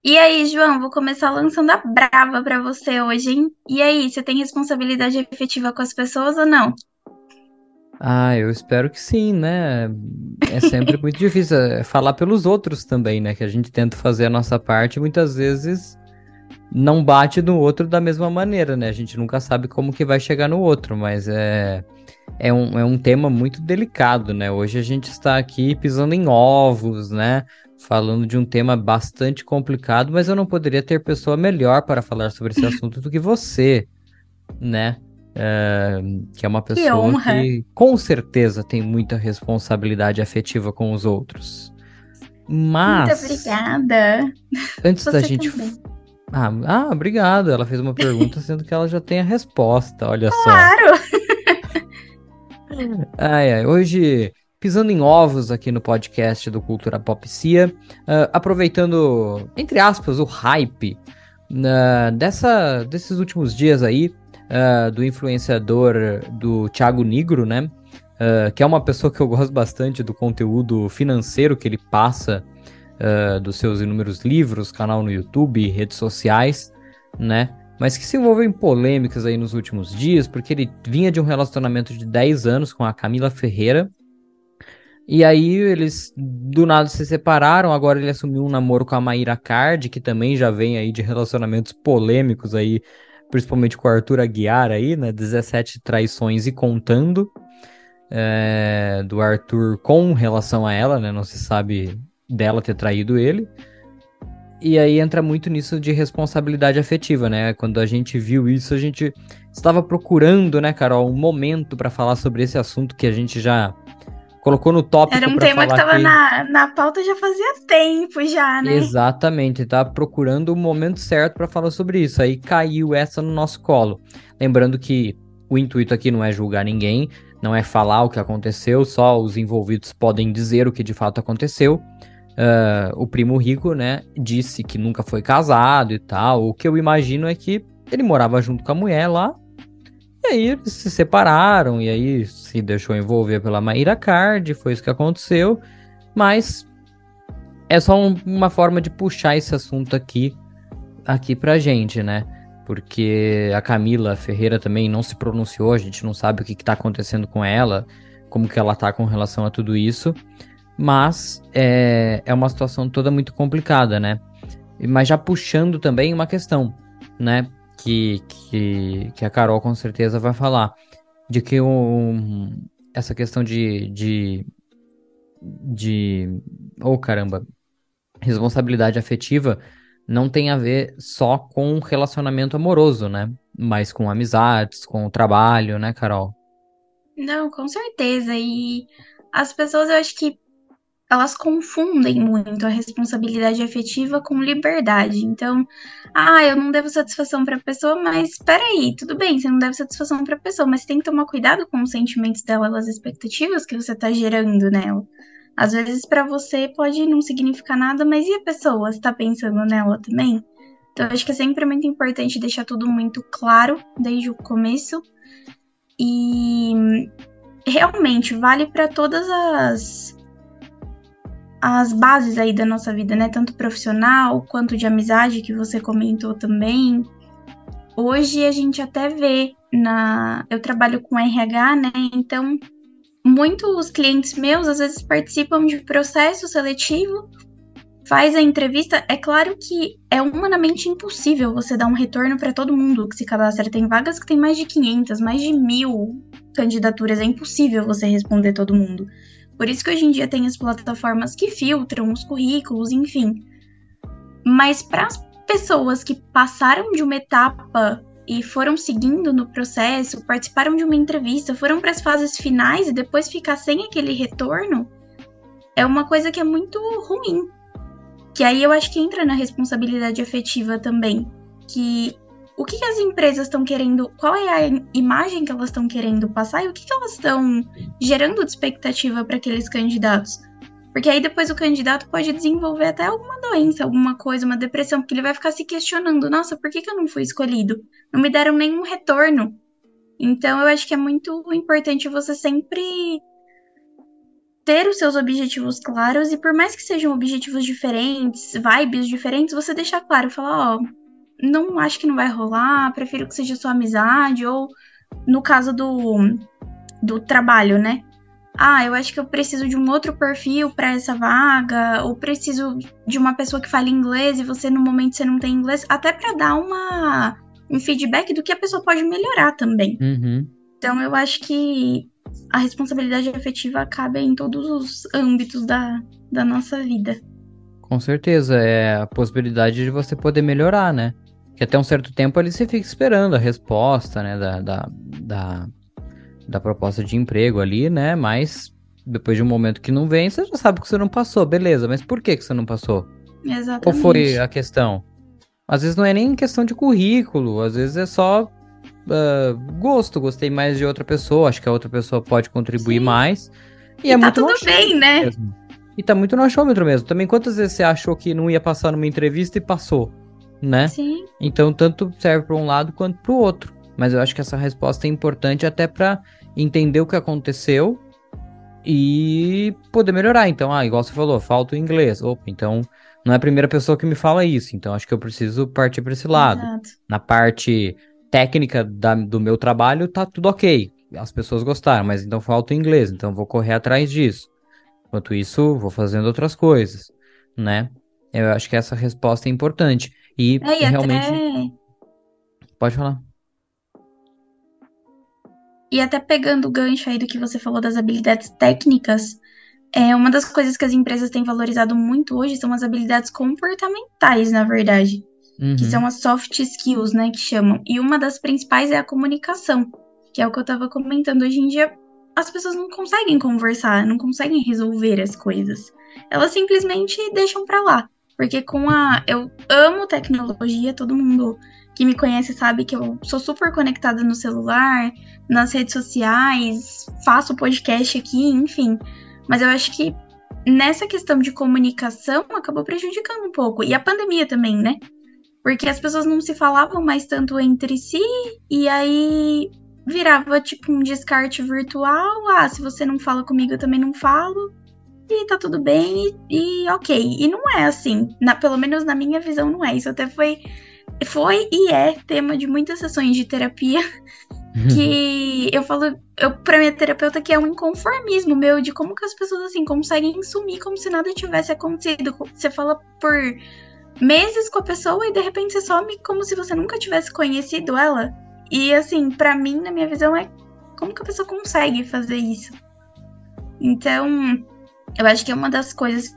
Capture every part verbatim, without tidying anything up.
E aí, João, vou começar lançando a brava pra você hoje, hein? E aí, você tem responsabilidade efetiva com as pessoas ou não? Ah, eu espero que sim, né? É sempre muito difícil é, falar pelos outros também, né? Que a gente tenta fazer a nossa parte e muitas vezes não bate no outro da mesma maneira, né? A gente nunca sabe como que vai chegar no outro, mas é, é um, é um tema muito delicado, né? Hoje a gente está aqui pisando em ovos, né? Falando de um tema bastante complicado, mas eu não poderia ter pessoa melhor para falar sobre esse assunto do que você, né? É, que é uma Que pessoa honra! que com certeza tem muita responsabilidade afetiva com os outros. Muito Mas, obrigada. antes da Você gente. também. f- Ah, ah, obrigado. Ela fez uma pergunta, sendo que ela já tem a resposta, olha só. Claro! Ai, ai, hoje, pisando em ovos aqui no podcast do Cultura Popsia, ah, aproveitando, entre aspas, o hype na- dessa, desses últimos dias aí, ah, do influenciador do Thiago Nigro, né? Ah, que é uma pessoa que eu gosto bastante do conteúdo financeiro que ele passa, ah, dos seus inúmeros livros, canal no YouTube, redes sociais, né? Mas que se envolveu em polêmicas aí nos últimos dias, porque ele vinha de um relacionamento de dez anos com a Camila Ferreira, e aí eles do nada se separaram, agora ele assumiu um namoro com a Maíra Card, que também já vem aí de relacionamentos polêmicos aí, principalmente com o Arthur Aguiar aí, né? dezessete traições e contando, é, do Arthur com relação a ela, né? Não se sabe dela ter traído ele. E aí entra muito nisso de responsabilidade afetiva, né? Quando a gente viu isso, a gente estava procurando, né, Carol, um momento para falar sobre esse assunto que a gente já colocou no Era tópico um para tema que falar tava que na, na pauta já fazia tempo já, né? exatamente, tá procurando o momento certo para falar sobre isso. Aí caiu essa no nosso colo. Lembrando que o intuito aqui não é julgar ninguém, não é falar o que aconteceu, só os envolvidos podem dizer o que de fato aconteceu. Ah, o primo rico, né, disse que nunca foi casado e tal. O que eu imagino é que ele morava junto com a mulher lá, e aí eles se separaram, e aí se deixou envolver pela Maíra Card, foi isso que aconteceu. Mas é só um- uma forma de puxar esse assunto aqui, aqui pra gente, né? Porque a Camila Ferreira também não se pronunciou, a gente não sabe o que que tá acontecendo com ela, como que ela tá com relação a tudo isso. Mas é, é uma situação toda muito complicada, né? Mas já puxando também uma questão, né? Que, que, que a Carol com certeza vai falar. De que um, essa questão de, de, de. Oh, caramba! Responsabilidade afetiva não tem a ver só com relacionamento amoroso, né? Mas com amizades, com o trabalho, né, Carol? Não, com certeza. E as pessoas, eu acho que elas confundem muito a responsabilidade afetiva com liberdade. Então, ah, eu não devo satisfação para a pessoa, mas peraí, tudo bem, você não deve satisfação para a pessoa, mas você tem que tomar cuidado com os sentimentos dela, as expectativas que você está gerando nela. Às vezes para você pode não significar nada, mas e a pessoa? Você está pensando nela também? Então, eu acho que é sempre muito importante deixar tudo muito claro desde o começo e realmente vale para todas as as bases aí da nossa vida, né? Tanto profissional quanto de amizade, que você comentou também. Hoje a gente até vê na. Eu trabalho com R H, né? Então, muitos clientes meus às vezes participam de processo seletivo, faz a entrevista. É claro que é humanamente impossível você dar um retorno para todo mundo que se cadastra. Tem vagas que tem mais de quinhentas, mais de mil candidaturas. É impossível você responder todo mundo. Por isso que hoje em dia tem as plataformas que filtram os currículos, enfim. Mas para as pessoas que passaram de uma etapa e foram seguindo no processo, participaram de uma entrevista, foram para as fases finais e depois ficar sem aquele retorno, é uma coisa que é muito ruim. Que aí eu acho que entra na responsabilidade afetiva também. Que o que, que as empresas estão querendo, qual é a imagem que elas estão querendo passar e o que, que elas estão gerando de expectativa para aqueles candidatos. Porque aí depois o candidato pode desenvolver até alguma doença, alguma coisa, uma depressão, porque ele vai ficar se questionando: nossa, por que, que eu não fui escolhido? Não me deram nenhum retorno. Então eu acho que é muito importante você sempre ter os seus objetivos claros e por mais que sejam objetivos diferentes, vibes diferentes, você deixar claro, falar, ó, não acho que não vai rolar, prefiro que seja só amizade, ou no caso do, do trabalho, né? Ah, eu acho que eu preciso de um outro perfil para essa vaga, ou preciso de uma pessoa que fale inglês e você no momento você não tem inglês, até para dar uma um feedback do que a pessoa pode melhorar também. Uhum. Então eu acho que a responsabilidade afetiva cabe em todos os âmbitos da, da nossa vida. Com certeza, é a possibilidade de você poder melhorar, né? Que até um certo tempo ali você fica esperando a resposta, né, da, da, da, da proposta de emprego ali, né? Mas depois de um momento que não vem, você já sabe que você não passou, beleza, mas por que que você não passou? Qual foi Exatamente. a questão? Às vezes não é nem questão de currículo, às vezes é só ah, gosto, gostei mais de outra pessoa, acho que a outra pessoa pode contribuir Sim. mais, e E é tá muito no tudo bem, achômetro né? mesmo. E tá muito no achômetro mesmo. Também quantas vezes você achou que não ia passar numa entrevista e passou, né? Sim. Então tanto serve para um lado quanto para o outro. Mas eu acho que essa resposta é importante até para entender o que aconteceu e poder melhorar. Então, ah, igual você falou, falta o inglês. Opa, então não é a primeira pessoa que me fala isso. Então acho que eu preciso partir para esse lado. Exato. Na parte técnica da- do meu trabalho, tá tudo ok. As pessoas gostaram, mas então falta o inglês. Então vou correr atrás disso. Enquanto isso, vou fazendo outras coisas, né? Eu acho que essa resposta é importante. E É, e realmente, até pode falar. E até pegando o gancho aí do que você falou das habilidades técnicas, é uma das coisas que as empresas têm valorizado muito hoje são as habilidades comportamentais, na verdade, que são Uhum, as soft skills, né, que chamam. E uma das principais é a comunicação, que é o que eu tava comentando. Hoje em dia, as pessoas não conseguem conversar, não conseguem resolver as coisas. Elas simplesmente deixam pra lá. Porque com a. Eu amo tecnologia, todo mundo que me conhece sabe que eu sou super conectada no celular, nas redes sociais, faço podcast aqui, enfim. Mas eu acho que nessa questão de comunicação acabou prejudicando um pouco. E a pandemia também, né? Porque as pessoas não se falavam mais tanto entre si, e aí virava tipo um descarte virtual. Ah, se você não fala comigo, eu também não falo. E tá tudo bem, e, e ok. E não é assim. Na, pelo menos na minha visão, não é. Isso até foi, foi e é tema de muitas sessões de terapia que eu falo, eu, pra minha terapeuta, que é um inconformismo meu de como que as pessoas assim conseguem sumir como se nada tivesse acontecido. Você fala por meses com a pessoa e de repente você some como se você nunca tivesse conhecido ela. E assim, pra mim, na minha visão, é como que a pessoa consegue fazer isso? Então, eu acho que é uma das coisas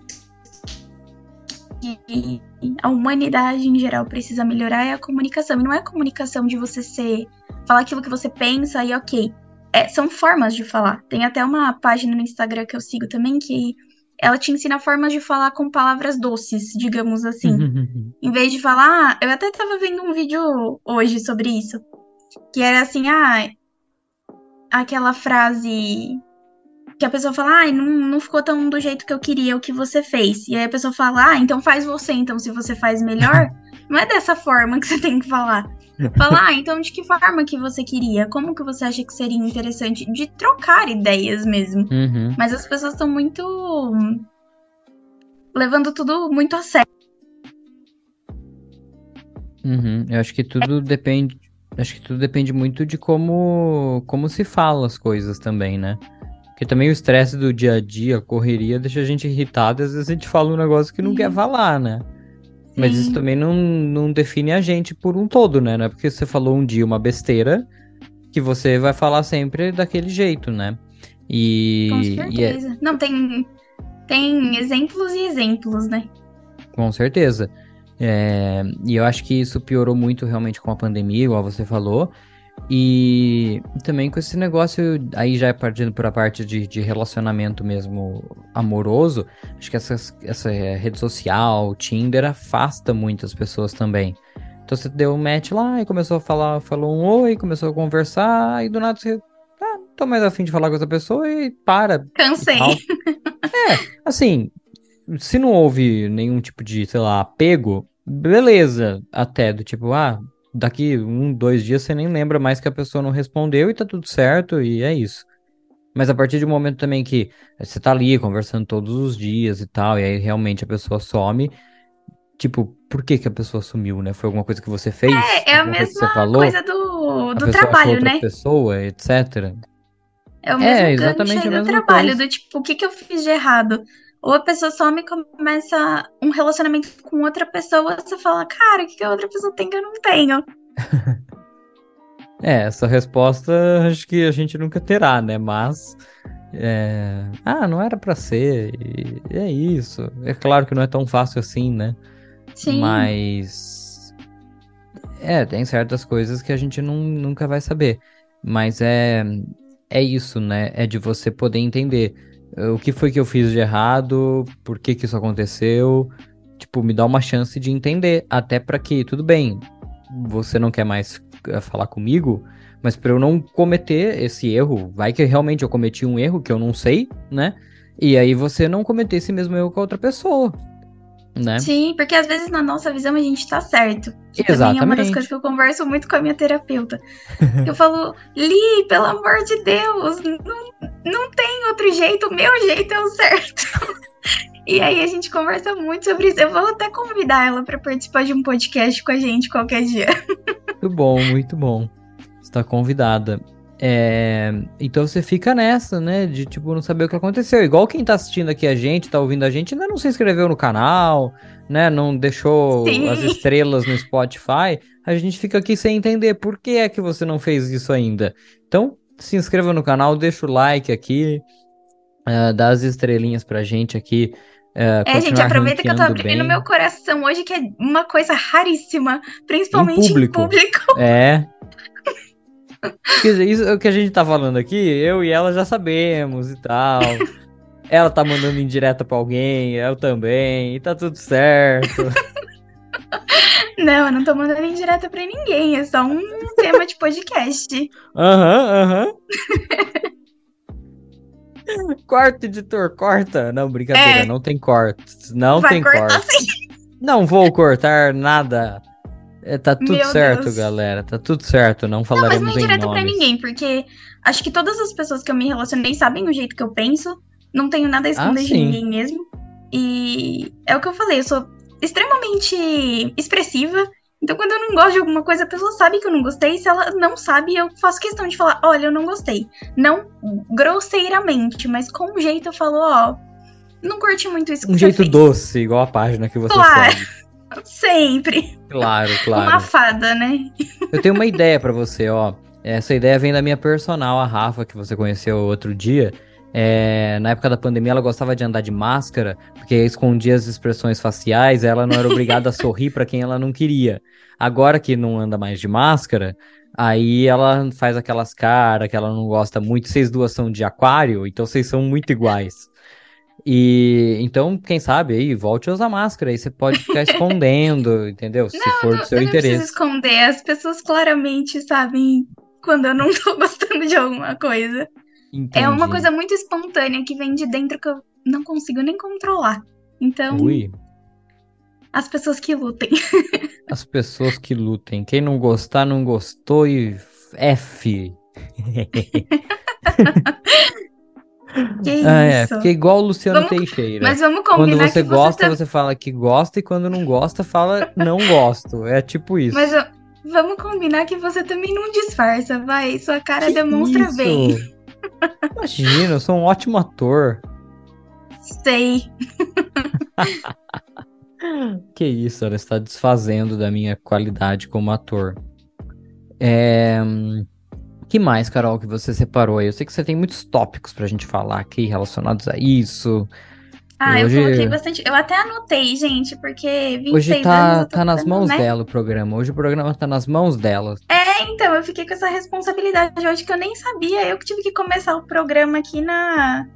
que a humanidade em geral precisa melhorar é a comunicação. E não é a comunicação de você ser falar aquilo que você pensa e ok. É, são formas de falar. Tem até uma página no Instagram que eu sigo também que ela te ensina formas de falar com palavras doces, digamos assim. Em vez de falar, ah, eu até tava vendo um vídeo hoje sobre isso, que era assim, ah, aquela frase que a pessoa fala, ah, não, não ficou tão do jeito que eu queria o que você fez. E aí a pessoa fala, ah, então faz você, então se você faz melhor, não é dessa forma que você tem que falar. Falar, ah, então de que forma que você queria? Como que você acha que seria interessante? De trocar ideias mesmo. uhum, Mas as pessoas estão muito levando tudo muito a sério. uhum. Eu acho que tudo depende, acho que tudo depende muito de como, como se fala as coisas também, né? Porque também o estresse do dia a dia, a correria, deixa a gente irritado e às vezes a gente fala um negócio que não quer Sim, falar, né? Mas isso sim, também não, não define a gente por um todo, né? Não é porque você falou um dia uma besteira que você vai falar sempre daquele jeito, né? com E, e é, certeza. Não, tem, tem exemplos e exemplos, né? com certeza. É, e eu acho que isso piorou muito realmente com a pandemia, igual você falou. E também com esse negócio, aí já partindo para a parte de, de relacionamento mesmo amoroso, acho que essas, essa rede social, Tinder, afasta muitas pessoas também. Então você deu um match lá e começou a falar, falou um oi, começou a conversar, e do nada você, ah, não tô mais afim de falar com essa pessoa e para e Cansei. tal. É, assim, se não houve nenhum tipo de, sei lá, apego, beleza, até do tipo, ah, daqui um, dois dias você nem lembra mais que a pessoa não respondeu e tá tudo certo e é isso. Mas a partir de um momento também que você tá ali conversando todos os dias e tal, e aí realmente a pessoa some, tipo, por que que a pessoa sumiu, né? Foi alguma coisa que você fez? É, é a Alguma coisa que mesma você falou? coisa do, A do pessoa achou trabalho, outra né? pessoa, etcétera. É o É, mesmo gancho exatamente aí a do mesma trabalho, coisa. do tipo, o que que eu fiz de errado? Ou a pessoa some e começa um relacionamento com outra pessoa, você fala, cara, o que que a outra pessoa tem que eu não tenho? É, essa resposta acho que a gente nunca terá, né? Mas, é... ah, não era pra ser, e é isso. É claro que não é tão fácil assim, né? Sim, Mas, é, tem certas coisas que a gente não, nunca vai saber. Mas é, é isso, né? É de você poder entender eh, o que foi que eu fiz de errado, por que que isso aconteceu. Tipo, me dá uma chance de entender. Até pra que, tudo bem, você não quer mais eh, falar comigo, mas pra eu não cometer esse erro, vai que realmente eu cometi um erro que eu não sei, né? E aí você não cometer esse mesmo erro com a outra pessoa, né? sim, porque às vezes na nossa visão a gente tá certo. Que também é uma das coisas Exatamente. que eu converso muito com a minha terapeuta. Eu falo, Li, pelo amor de Deus, não, não tem outro jeito, o meu jeito é o certo. E aí a gente conversa muito sobre isso. Eu vou até convidar ela para participar de um podcast com a gente qualquer dia. Muito bom, muito bom. Está convidada. É, então você fica nessa, né? De tipo, não saber o que aconteceu. Igual quem tá assistindo aqui a gente, tá ouvindo a gente, ainda não se inscreveu no canal, né? Não deixou as Sim. estrelas no Spotify. A gente fica aqui sem entender por que é que você não fez isso ainda. Então, se inscreva no canal, deixa o like aqui, eh, dá as estrelinhas pra gente aqui, eh, É, gente, continuar aproveita que eu tô ranqueando abrindo meu bem. coração hoje, que é uma coisa raríssima, Em principalmente em público. público. É. Quer dizer, isso é o que a gente tá falando aqui, eu e ela já sabemos e tal. Ela tá mandando indireta pra alguém, eu também, e tá tudo certo. Não, eu não tô mandando indireta pra ninguém, é só um tema de podcast. Aham, aham. Corta, editor, corta. Não, brincadeira, É, não tem cortes. Não vai tem cortar cortes. Não vou cortar nada. É, tá tudo Meu certo, Deus. galera. Tá tudo certo. Não Não, mas não é falaremos em indireta pra nomes. ninguém, porque acho que todas as pessoas que eu me relacionei sabem o jeito que eu penso. Não tenho nada a Ah, esconder de sim. ninguém mesmo. E é o que eu falei, eu sou extremamente expressiva. Então, quando eu não gosto de alguma coisa, a pessoa sabe que eu não gostei. Se ela não sabe, eu faço questão de falar: olha, eu não gostei. Não grosseiramente, mas com um jeito eu falo: ó, não curti muito isso Um que você jeito fez. doce, igual a página que você Claro, segue. sempre. Claro, Uma claro. fada, né? Eu tenho uma ideia pra você, ó. Essa ideia vem da minha personal, a Rafa, que você conheceu outro dia. É, na época da pandemia, ela gostava de andar de máscara, porque escondia as expressões faciais, ela não era obrigada a sorrir pra quem ela não queria. Agora que não anda mais de máscara, aí ela faz aquelas caras que ela não gosta muito. Vocês duas são de aquário, então vocês são muito iguais. E então, quem sabe aí, volte a usar máscara, aí você pode ficar escondendo, entendeu? Se Não, for do não, seu eu não preciso interesse. esconder. As pessoas claramente sabem quando eu não tô gostando de alguma coisa. É uma Entendi. coisa muito espontânea que vem de dentro que eu não consigo nem controlar. Então, Ui, as pessoas que lutem. as pessoas que lutem. Quem não gostar, não gostou e F. Que Ah, é, isso. porque é igual o Luciano Vamos, Teixeira. mas vamos Quando combinar você que você gosta, tá. você fala que gosta, e quando não gosta, fala não gosto. É tipo Mas isso. ó, vamos combinar que você também não disfarça, vai. Sua cara Que demonstra bem. isso? Imagina, eu sou um ótimo ator. Sei. Que isso, ela está desfazendo da minha qualidade como ator. É. Que mais, Carol, que você separou aí? Eu sei que você tem muitos tópicos pra gente falar aqui relacionados a isso. Ah, eu coloquei Hoje, bastante. Eu até anotei, gente, porque vinte e hoje seis anos tá, eu tô tá nas ficando, mãos né? dela o programa. Hoje o programa tá nas mãos dela. É, então, eu fiquei com essa responsabilidade hoje que eu nem sabia. Eu que tive que começar o programa aqui na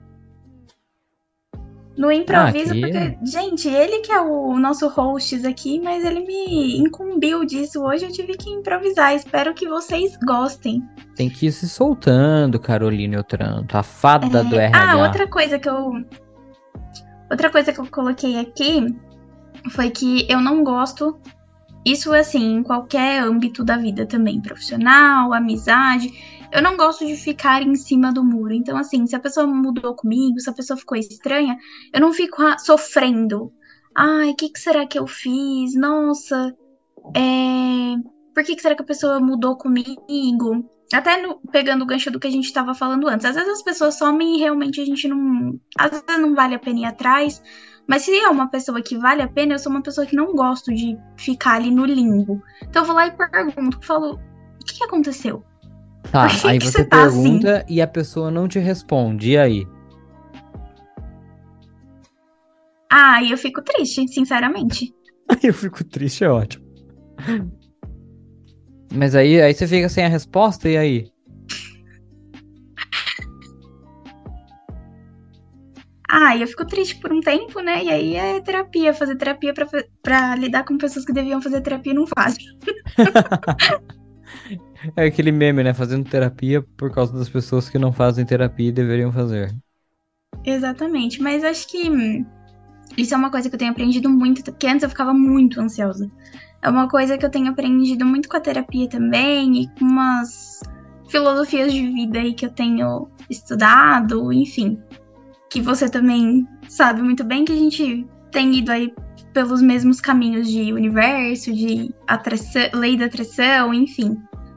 no Ah, improviso, aqui porque, gente, ele que é o nosso host aqui, mas ele me incumbiu disso. Hoje eu tive que improvisar. Espero que vocês gostem. tem que ir se soltando, Carolina Otranto, a fada do É... Ah, R H. outra coisa que eu. Outra coisa que eu coloquei aqui foi que eu não gosto Isso, assim, em qualquer âmbito da vida também, profissional, amizade. Eu não gosto de ficar em cima do muro. Então, assim, se a pessoa mudou comigo, se a pessoa ficou estranha, eu não fico ah, sofrendo. Ai, o que, que será que eu fiz? Nossa, é... por que, que será que a pessoa mudou comigo? Até no- pegando o gancho do que a gente estava falando antes. Às vezes as pessoas somem e realmente a gente não. Às vezes não vale a pena ir atrás. Mas se é uma pessoa que vale a pena, eu sou uma pessoa que não gosto de ficar ali no limbo. Então eu vou lá e pergunto, falo, o que, que aconteceu? Por Tá, que, aí que você você tá assim? pergunta e a pessoa não te responde. E aí? Ah, e eu fico triste, sinceramente. Aí eu fico triste, é ótimo. Mas aí, aí você fica sem a resposta, e aí? Ah, e eu fico triste por um tempo, né? E aí é terapia, fazer terapia pra, fa- pra lidar com pessoas que deviam fazer terapia e não fazem. É aquele meme, né? Fazendo terapia por causa das pessoas que não fazem terapia e deveriam fazer. Exatamente, mas acho que hum, isso é uma coisa que eu tenho aprendido muito, porque antes eu ficava muito ansiosa. É uma coisa que eu tenho aprendido muito com a terapia também e com umas filosofias de vida aí que eu tenho estudado, enfim, que você também sabe muito bem que a gente tem ido aí pelos mesmos caminhos de universo, de atração, lei da atração, enfim.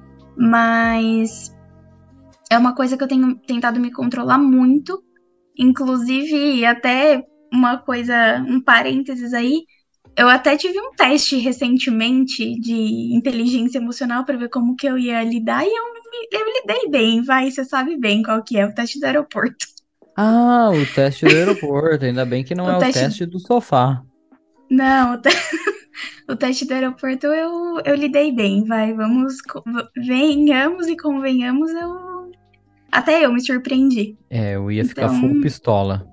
Mas é uma coisa que eu tenho tentado me controlar muito. Inclusive, até uma coisa, um parênteses aí, eu até tive um teste recentemente de inteligência emocional para ver como que eu ia lidar e eu, eu lidei bem, vai, você sabe bem qual que é, o teste do aeroporto. Ah, o teste do aeroporto. Ainda bem que não O é o teste, teste do sofá. não, o, te- o teste do aeroporto eu, eu lidei bem, vai, vamos, co- venhamos e convenhamos, eu até eu me surpreendi. É, eu ia ficar Então, full pistola.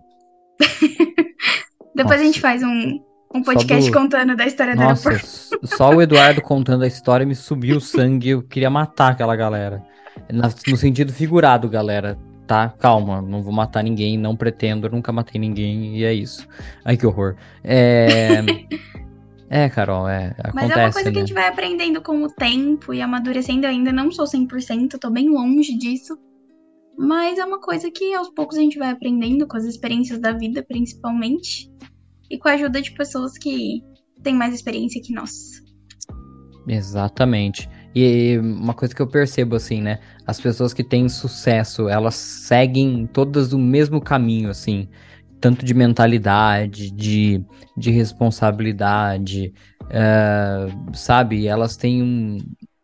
depois a gente Nossa, faz um, um só podcast do. contando da história do Nossa, aeroporto. s- só o Eduardo contando a história me subiu o sangue. Eu queria matar aquela galera. Na- no sentido figurado, galera. Tá? Calma, não vou matar ninguém, não pretendo, nunca matei ninguém, e é isso. Ai, que horror. É. É, Carol, é. Mas é uma Acontece, coisa que a né? gente vai aprendendo com o tempo e amadurecendo. Eu ainda não sou cem por cento, tô bem longe disso. Mas é uma coisa que aos poucos a gente vai aprendendo com as experiências da vida, principalmente. E com a ajuda de pessoas que têm mais experiência que nós. Exatamente. E uma coisa que eu percebo assim, né? As pessoas que têm sucesso, elas seguem todas o mesmo caminho, assim, tanto de mentalidade, de, de responsabilidade, eh, sabe? Elas têm um,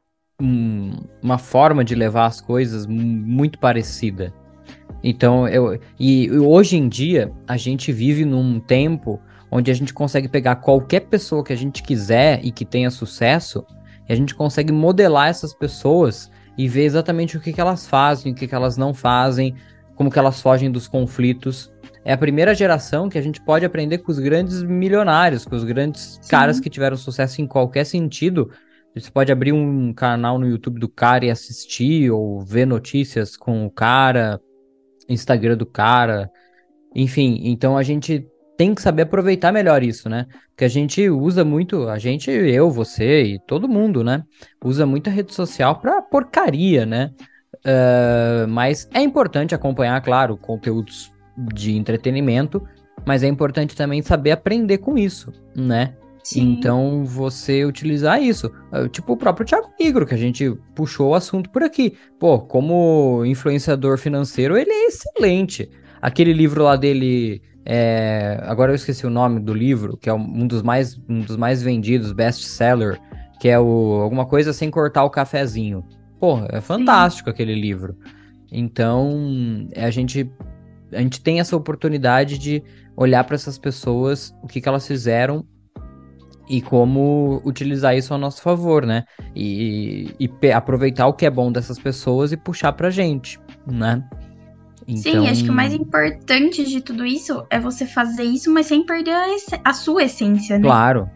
um- uma forma de levar as coisas mu- muito parecida. Então, eu, e hoje em dia, a gente vive num tempo onde a gente consegue pegar qualquer pessoa que a gente quiser e que tenha sucesso, e a gente consegue modelar essas pessoas e ver exatamente o que que elas fazem, o que que elas não fazem, como que elas fogem dos conflitos. É a primeira geração que a gente pode aprender com os grandes milionários, com os grandes caras Sim, que tiveram sucesso em qualquer sentido. Você pode abrir um canal no YouTube do cara e assistir, ou ver notícias com o cara, Instagram do cara, enfim, então a gente tem que saber aproveitar melhor isso, né? Porque a gente usa muito, a gente, eu, você e todo mundo, né? Usa muita rede social pra porcaria, né? Ah, mas é importante acompanhar, claro, conteúdos de entretenimento, mas é importante também saber aprender com isso, né? sim, Então, você utilizar isso. Ah, tipo o próprio Thiago Nigro, que a gente puxou o assunto por aqui. Pô, como influenciador financeiro, ele é excelente. Aquele livro lá dele, é, agora eu esqueci o nome do livro, que é um dos mais, um dos mais vendidos, best-seller, que é o alguma coisa sem cortar o cafezinho. Pô, é sim. fantástico aquele livro. Então, a gente, a gente tem essa oportunidade de olhar para essas pessoas, o que que elas fizeram e como utilizar isso a nosso favor, né? E, e pe- aproveitar o que é bom dessas pessoas e puxar pra gente, né? Sim, acho que o mais Então, importante de tudo isso é você fazer isso, mas sem perder a, esse- a sua essência, né? claro,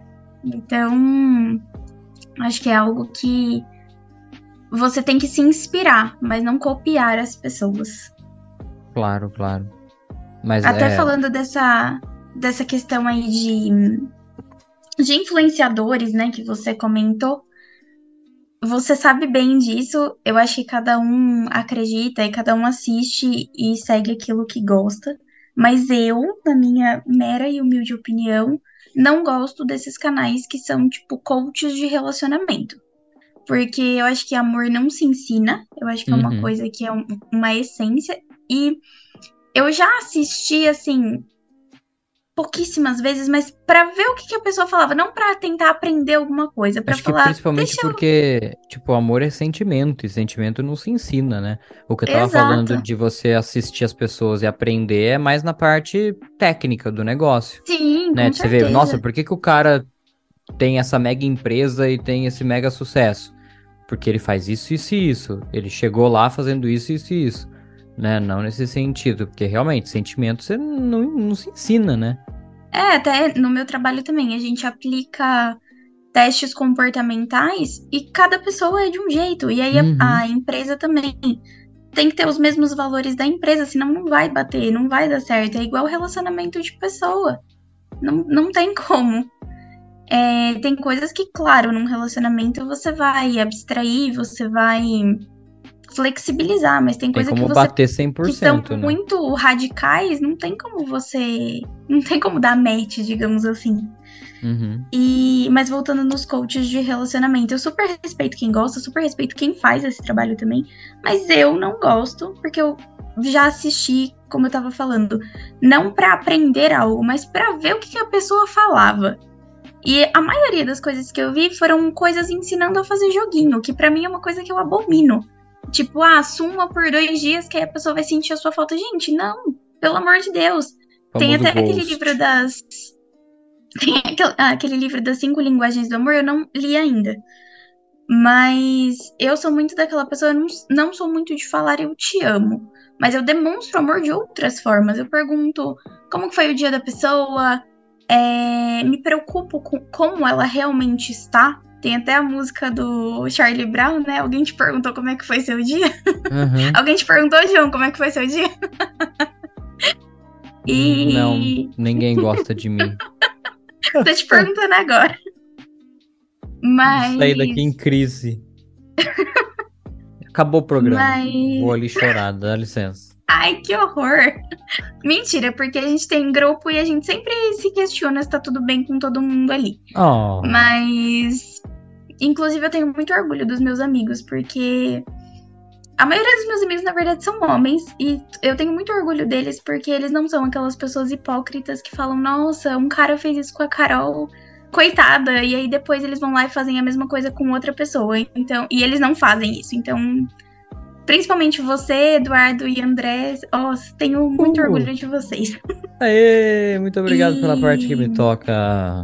Então, acho que é algo que você tem que se inspirar, mas não copiar as pessoas. claro, claro. Mas Até é, falando dessa, dessa questão aí de de influenciadores, né, que você comentou, você sabe bem disso. Eu acho que cada um acredita e cada um assiste e segue aquilo que gosta. Mas eu, na minha mera e humilde opinião, não gosto desses canais que são tipo coaches de relacionamento. Porque eu acho que amor não se ensina, eu acho que é uma Uhum. coisa que é um- uma essência. E eu já assisti, assim, pouquíssimas vezes, mas pra ver o que, que a pessoa falava, não pra tentar aprender alguma coisa, pra Acho que falar, principalmente deixa eu. porque, tipo, amor é sentimento, e sentimento não se ensina, né? O que eu tava falando Exato. de você assistir as pessoas e aprender é mais na parte técnica do negócio, Sim, né? com De você ver, nossa, certeza. por que que o cara tem essa mega empresa e tem esse mega sucesso? Porque ele faz isso, isso e isso. Ele chegou lá fazendo isso, isso e isso, né? Não nesse sentido, porque realmente, sentimento você não, não se ensina, né? É, até no meu trabalho também, a gente aplica testes comportamentais e cada pessoa é de um jeito. E aí a, Uhum. a empresa também tem que ter os mesmos valores da empresa, senão não vai bater, não vai dar certo. É igual relacionamento de pessoa. Não, não tem como. É, tem coisas que, claro, num relacionamento você vai abstrair, você vai flexibilizar, mas tem Tem coisa que como você bater cem por que são cento, né? muito radicais, não tem como você, não tem como dar match, digamos assim. Uhum. E, mas voltando nos coaches de relacionamento, eu super respeito quem gosta, super respeito quem faz esse trabalho também, mas eu não gosto, porque eu já assisti, como eu tava falando, não para aprender algo, mas para ver o que, que a pessoa falava. E a maioria das coisas que eu vi foram coisas ensinando a fazer joguinho, que pra mim é uma coisa que eu abomino. Tipo, ah, suma por dois dias que aí a pessoa vai sentir a sua falta. Gente, não, pelo amor de Deus. Tem Famoso até aquele livro Ghost. das. Tem aquele, ah, aquele livro das cinco linguagens do amor, eu não li ainda. Mas eu sou muito daquela pessoa, eu não, não sou muito de falar eu te amo. Mas eu demonstro amor de outras formas. Eu pergunto como foi o dia da pessoa, é, me preocupo com como ela realmente está. Tem até a música do Charlie Brown, né? Alguém te perguntou como é que foi seu dia? Uhum. Alguém te perguntou, João, como é que foi seu dia? Não, E ninguém gosta de mim. tô te perguntando agora. Vou sair daqui em Mas. crise. Acabou o programa. Vou Mas. ali chorar, dá licença. Ai, que horror! Mentira, porque a gente tem grupo e a gente sempre se questiona se tá tudo bem com todo mundo ali. Oh, Mas. Inclusive, eu tenho muito orgulho dos meus amigos, porque a maioria dos meus amigos, na verdade, são homens, e eu tenho muito orgulho deles porque eles não são aquelas pessoas hipócritas que falam, nossa, um cara fez isso com a Carol, coitada, e aí depois eles vão lá e fazem a mesma coisa com outra pessoa. Então, e eles não fazem isso. Então, principalmente você, Eduardo e André, ó, tenho muito uh, orgulho de vocês. aê, muito obrigado pela parte que me E toca.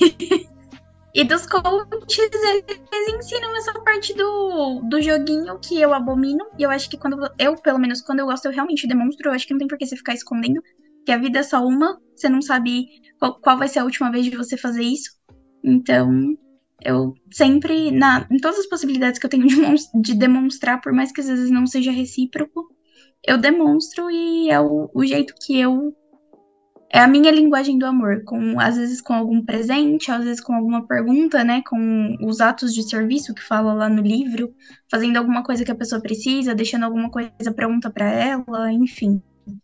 E dos coaches, eles ensinam essa parte do, do joguinho que eu abomino. E eu acho que quando eu, pelo menos, quando eu gosto, eu realmente demonstro. Eu acho que não tem por que você ficar escondendo. Que a vida é só uma. Você não sabe qual, qual vai ser a última vez de você fazer isso. Então, eu sempre, na, em todas as possibilidades que eu tenho de, de demonstrar, por mais que às vezes não seja recíproco, eu demonstro e é o, o jeito que eu é a minha linguagem do amor, com às vezes com algum presente, às vezes com alguma pergunta, né, com os atos de serviço que fala lá no livro, fazendo alguma coisa que a pessoa precisa, deixando alguma coisa pronta para ela, enfim.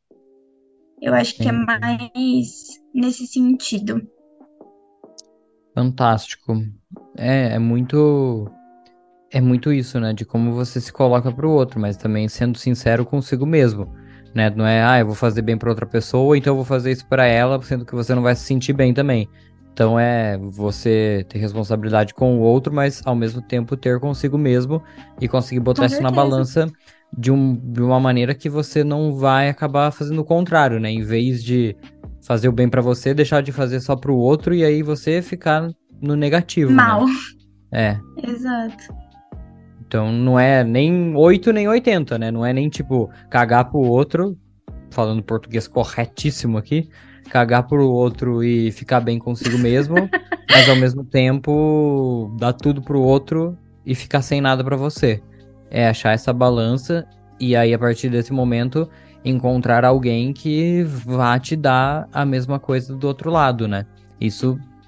Eu acho que é Entendi. mais nesse sentido. Fantástico. É, é muito. É muito isso, né? De como você se coloca pro outro, mas também sendo sincero consigo mesmo, né? Não é, ah, eu vou fazer bem pra outra pessoa, então eu vou fazer isso pra ela, sendo que você não vai se sentir bem também. Então é você ter responsabilidade com o outro, mas ao mesmo tempo ter consigo mesmo e conseguir botar Com isso na certeza. balança de, um, de uma maneira que você não vai acabar fazendo o contrário, né? Em vez de fazer o bem pra você, deixar de fazer só pro outro e aí você ficar no negativo, né? Mal. É. Exato. Então não é nem oito nem oitenta, né? Não é nem tipo cagar pro outro, falando português corretíssimo aqui, cagar pro outro e ficar bem consigo mesmo, mas ao mesmo tempo dar tudo pro outro e ficar sem nada pra você. É achar essa balança e aí a partir desse momento encontrar alguém que vá te dar a mesma coisa do outro lado, né? Isso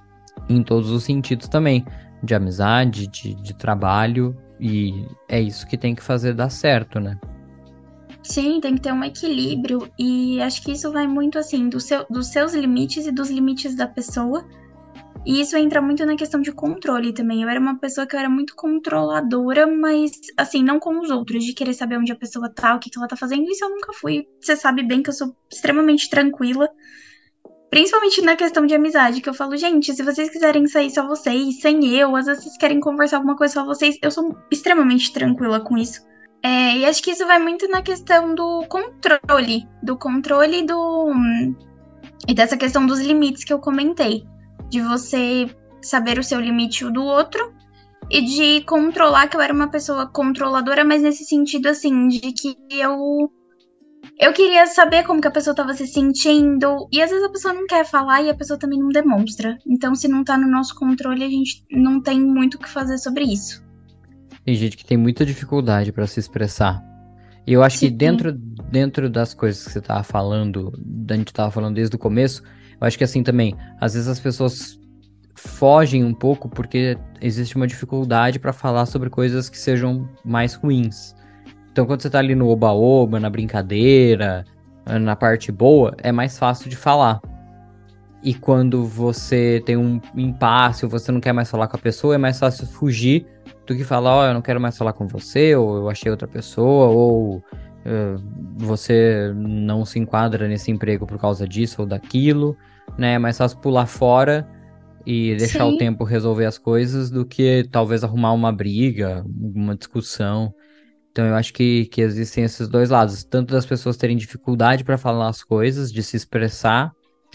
em todos os sentidos também, de amizade, de, de trabalho, e é isso que tem que fazer dar certo, né? Sim, tem que ter um equilíbrio e acho que isso vai muito assim do seu, dos seus limites e dos limites da pessoa. E isso entra muito na questão de controle também. Eu era uma pessoa que eu era muito controladora, mas assim, não com os outros, de querer saber onde a pessoa tá, o que que ela tá fazendo. Isso eu nunca fui. Você sabe bem que eu sou extremamente tranquila. Principalmente na questão de amizade, que eu falo, gente, se vocês quiserem sair só vocês, sem eu, às vezes vocês querem conversar alguma coisa só vocês, eu sou extremamente tranquila com isso. É, e acho que isso vai muito na questão do controle, do controle do e dessa questão dos limites que eu comentei, de você saber o seu limite e o do outro e de controlar, que eu era uma pessoa controladora, mas nesse sentido assim, de que eu eu queria saber como que a pessoa tava se sentindo, e às vezes a pessoa não quer falar e a pessoa também não demonstra. Então, se não tá no nosso controle, a gente não tem muito o que fazer sobre isso. Tem gente que tem muita dificuldade para se expressar. E eu acho que Sim, dentro, dentro das coisas que você tava falando, a gente tava falando desde o começo, eu acho que assim também, às vezes as pessoas fogem um pouco porque existe uma dificuldade para falar sobre coisas que sejam mais ruins. Então, quando você tá ali no oba-oba, na brincadeira, na parte boa, é mais fácil de falar. E quando você tem um impasse ou você não quer mais falar com a pessoa, é mais fácil fugir do que falar, ó, oh, eu não quero mais falar com você, ou eu achei outra pessoa, ou uh, você não se enquadra nesse emprego por causa disso ou daquilo, né? É mais fácil pular fora e deixar o sim, tempo resolver as coisas do que talvez arrumar uma briga, uma discussão. Então eu acho que, que existem esses dois lados, tanto das pessoas terem dificuldade para falar as coisas, de se expressar,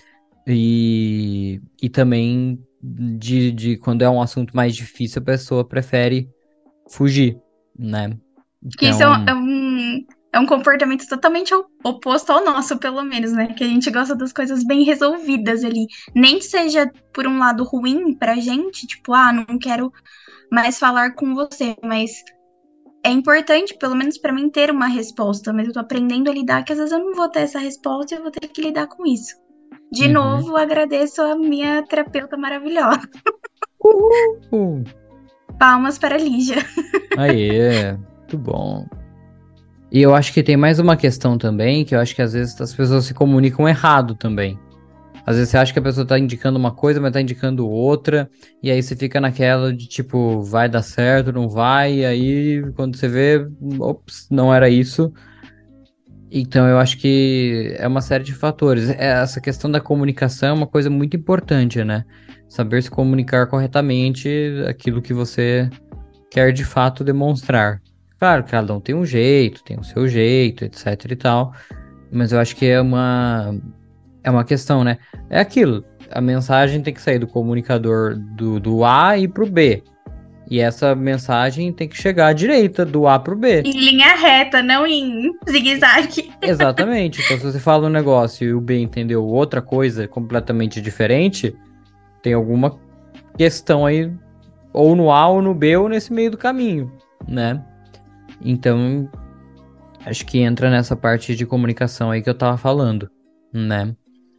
e, e também de, de quando é um assunto mais difícil, a pessoa prefere fugir, né? que isso é um, Então, é um, é um comportamento totalmente ao- oposto ao nosso, pelo menos, né? Que a gente gosta das coisas bem resolvidas ali. Nem que seja por um lado ruim pra gente, tipo, ah, não quero mais falar com você, mas é importante, pelo menos pra mim, ter uma resposta, mas eu tô aprendendo a lidar que às vezes eu não vou ter essa resposta e eu vou ter que lidar com isso. De uhum. novo, agradeço a minha terapeuta maravilhosa. Uhul! Palmas para a Lígia. Aê, muito bom. E eu acho que tem mais uma questão também, que eu acho que às vezes as pessoas se comunicam errado também. Às vezes você acha que a pessoa tá indicando uma coisa, mas tá indicando outra, e aí você fica naquela de tipo, vai dar certo, não vai, e aí quando você vê, ops, não era isso. Então eu acho que é uma série de fatores. É, essa questão da comunicação é uma coisa muito importante, né? Saber se comunicar corretamente aquilo que você quer de fato demonstrar. Claro, cada um tem um jeito, tem o seu jeito, etc e tal, mas eu acho que é uma é uma questão, né? É aquilo, a mensagem tem que sair do comunicador do, do A e pro B. E essa mensagem tem que chegar à direita, do A pro B. Em linha reta, não em zigue-zague. Exatamente. Então, se você fala um negócio e o B entendeu outra coisa completamente diferente, tem alguma questão aí, ou no A, ou no B, ou nesse meio do caminho, né? Então, acho que entra nessa parte de comunicação aí que eu tava falando, né?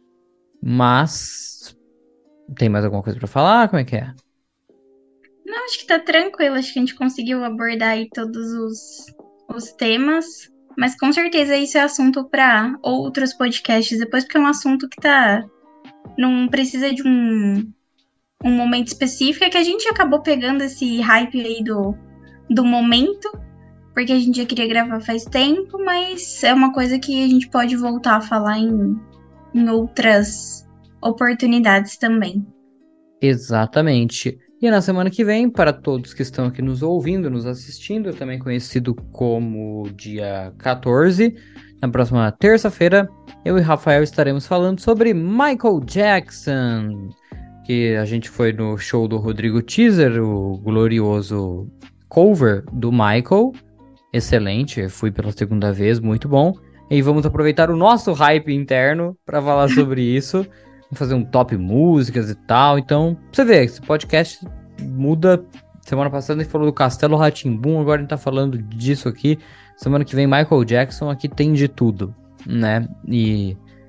Mas, tem mais alguma coisa pra falar? Como é que é? Não, acho que tá tranquilo. Acho que a gente conseguiu abordar aí todos os, os temas. Mas com certeza isso é assunto para outros podcasts depois, porque é um assunto que tá. Não precisa de um, um momento específico. É que a gente acabou pegando esse hype aí do, do momento, porque a gente já queria gravar faz tempo, mas é uma coisa que a gente pode voltar a falar em, em outras oportunidades também. Exatamente. E na semana que vem, para todos que estão aqui nos ouvindo, nos assistindo, também conhecido como dia quatorze, na próxima terça-feira, eu e Rafael estaremos falando sobre Michael Jackson, que a gente foi no show do Rodrigo Teaser, o glorioso cover do Michael. Excelente, fui pela segunda vez, muito bom. E vamos aproveitar o nosso hype interno para falar sobre isso. Vamos fazer um top músicas e tal. Então, pra você ver, esse podcast muda. Semana passada a gente falou do Castelo Rá-Tim-Bum, agora a gente tá falando disso aqui. Semana que vem, Michael Jackson, aqui tem de tudo, né? E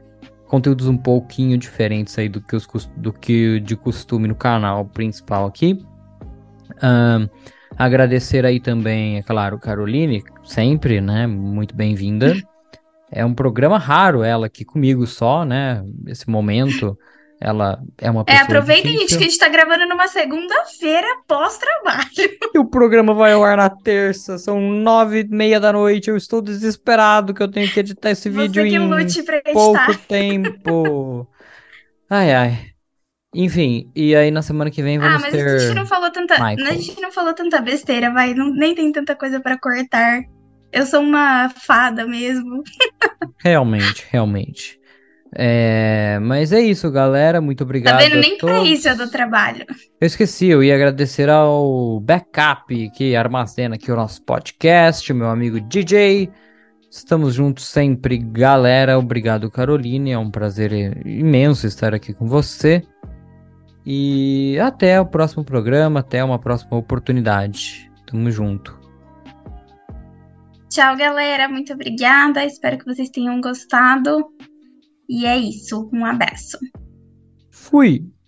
conteúdos um pouquinho diferentes aí do que, os, do que de costume no canal principal aqui. Um, agradecer aí também, é claro, Caroline, sempre, né? Muito bem-vinda. É um programa raro ela aqui comigo só, né? Esse momento, ela é uma É, pessoa aproveita, gente, difícil. que a gente tá gravando numa segunda-feira pós-trabalho. E o programa vai ao ar na terça, são nove e meia da noite. Eu estou desesperado que eu tenho que editar esse vídeo Você que em lute pra pouco editar. tempo. Ai, ai. Enfim, e aí na semana que vem Ah, vamos mas a gente ter não falou tanta, a Michael. gente não falou tanta besteira, vai, não, nem tem tanta coisa pra cortar. Eu sou uma fada mesmo. Realmente, realmente. É, mas é isso, galera. Muito Tá vendo? obrigado a Nem pra isso eu dou todos. trabalho. Eu esqueci, eu ia agradecer ao Backup que armazena aqui o nosso podcast, o meu amigo D J. Estamos juntos sempre, galera. Obrigado, Caroline. É um prazer imenso estar aqui com você. E até o próximo programa, até uma próxima oportunidade. Tamo junto. Tchau, galera. Muito obrigada. Espero que vocês tenham gostado. E é isso. Um abraço. Fui!